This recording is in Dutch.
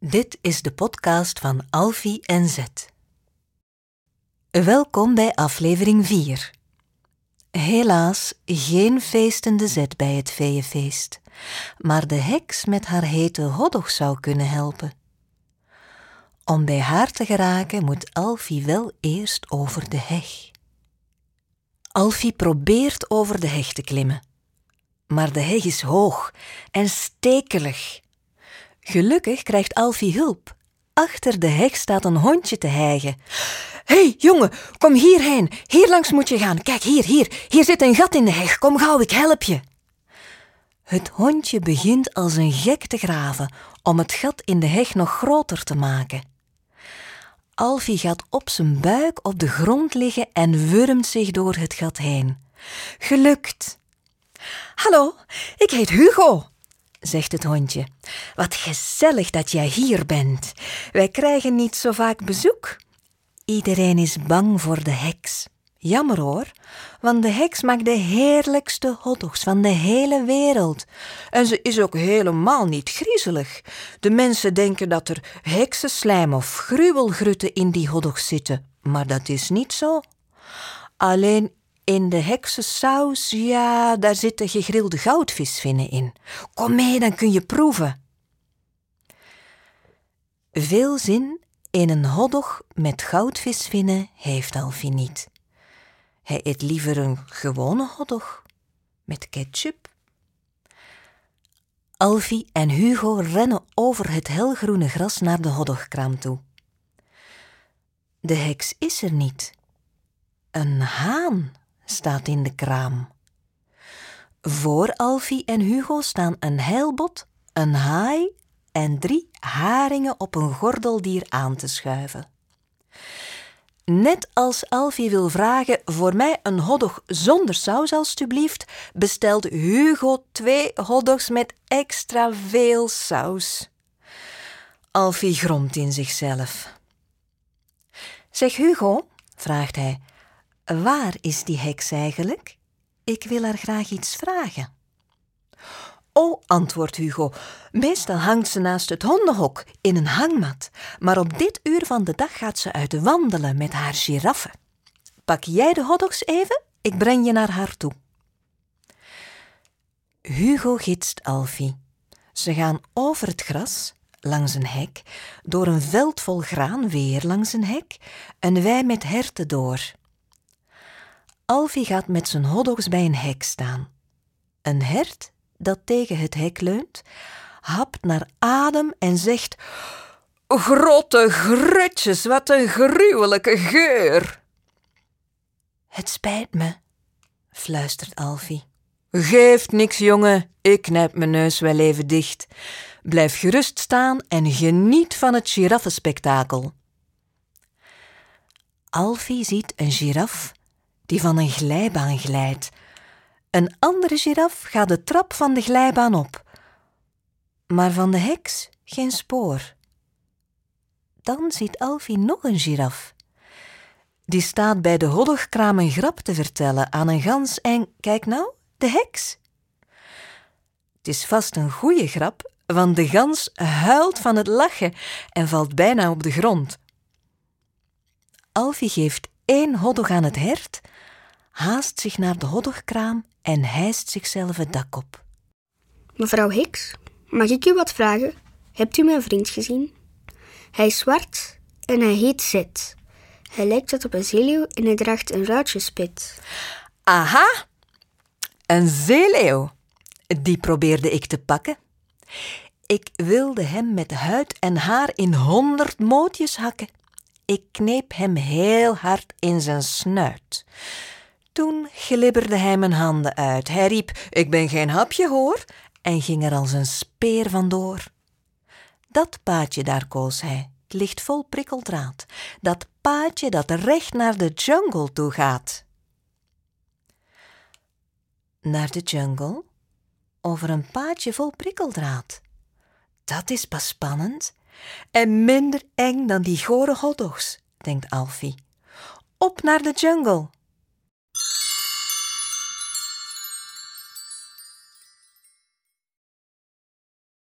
Dit is de podcast van Alfie en Zet. Welkom bij aflevering 4. Helaas geen feestende Zet bij het Feeënfeest, maar de heks met haar hete hoddoch zou kunnen helpen. Om bij haar te geraken moet Alfie wel eerst over de heg. Alfie probeert over de heg te klimmen, maar de heg is hoog en stekelig. Gelukkig krijgt Alfie hulp. Achter de heg staat een hondje te hijgen. Hé, jongen, kom hierheen. Hier langs moet je gaan. Kijk, hier zit een gat in de heg. Kom gauw, ik help je. Het hondje begint als een gek te graven om het gat in de heg nog groter te maken. Alfie gaat op zijn buik op de grond liggen en wurmt zich door het gat heen. Gelukt. Hallo, ik heet Hugo, zegt het hondje. Wat gezellig dat jij hier bent. Wij krijgen niet zo vaak bezoek. Iedereen is bang voor de heks. Jammer hoor, want de heks maakt de heerlijkste hotdogs van de hele wereld. En ze is ook helemaal niet griezelig. De mensen denken dat er heksenslijm of gruwelgrutten in die hotdogs zitten, maar dat is niet zo. Alleen in de heksensaus, ja, daar zitten gegrilde goudvisvinnen in. Kom mee, dan kun je proeven. Veel zin in een hotdog met goudvisvinnen heeft Alfie niet. Hij eet liever een gewone hotdog met ketchup. Alfie en Hugo rennen over het helgroene gras naar de hotdogkraam toe. De heks is er niet. Een haan staat in de kraam. Voor Alfie en Hugo staan een heilbot, een haai en 3 haringen op een gordeldier aan te schuiven. Net als Alfie wil vragen, voor mij een hotdog zonder saus alstublieft, bestelt Hugo 2 hotdogs met extra veel saus. Alfie gromt in zichzelf. Zeg Hugo, vraagt hij, waar is die heks eigenlijk? Ik wil haar graag iets vragen. Oh, antwoordt Hugo, meestal hangt ze naast het hondenhok in een hangmat, maar op dit uur van de dag gaat ze uit wandelen met haar giraffe. Pak jij de hotdogs even? Ik breng je naar haar toe. Hugo gidst Alfie. Ze gaan over het gras, langs een hek, door een veld vol graan, weer langs een hek, een wei met herten door. Alfie gaat met zijn hotdogs bij een hek staan. Een hert dat tegen het hek leunt, hapt naar adem en zegt: Grotte grutjes, wat een gruwelijke geur. Het spijt me, fluistert Alfie. Geeft niks, jongen, ik knijp mijn neus wel even dicht. Blijf gerust staan en geniet van het giraffenspektakel. Alfie ziet een giraf die van een glijbaan glijdt. Een andere giraf gaat de trap van de glijbaan op. Maar van de heks geen spoor. Dan ziet Alfie nog een giraf. Die staat bij de hotdogkraam een grap te vertellen aan een gans en, kijk nou, de heks. Het is vast een goeie grap, want de gans huilt van het lachen en valt bijna op de grond. Alfie geeft 1 hotdog aan het hert, haast zich naar de hotdogkraam en hijst zichzelf het dak op. Mevrouw Heks, mag ik u wat vragen? Hebt u mijn vriend gezien? Hij is zwart en hij heet Zet. Hij lijkt wat op een zeeleeuw en hij draagt een ruitjespet. Aha, een zeeleeuw. Die probeerde ik te pakken. Ik wilde hem met huid en haar in 100 mootjes hakken. Ik kneep hem heel hard in zijn snuit. Toen glibberde hij mijn handen uit. Hij riep, ik ben geen hapje hoor, en ging er als een speer vandoor. Dat paadje daar koos hij, het ligt vol prikkeldraad. Dat paadje dat recht naar de jungle toe gaat. Naar de jungle? Over een paadje vol prikkeldraad. Dat is pas spannend en minder eng dan die gore hotdogs, denkt Alfie. Op naar de jungle.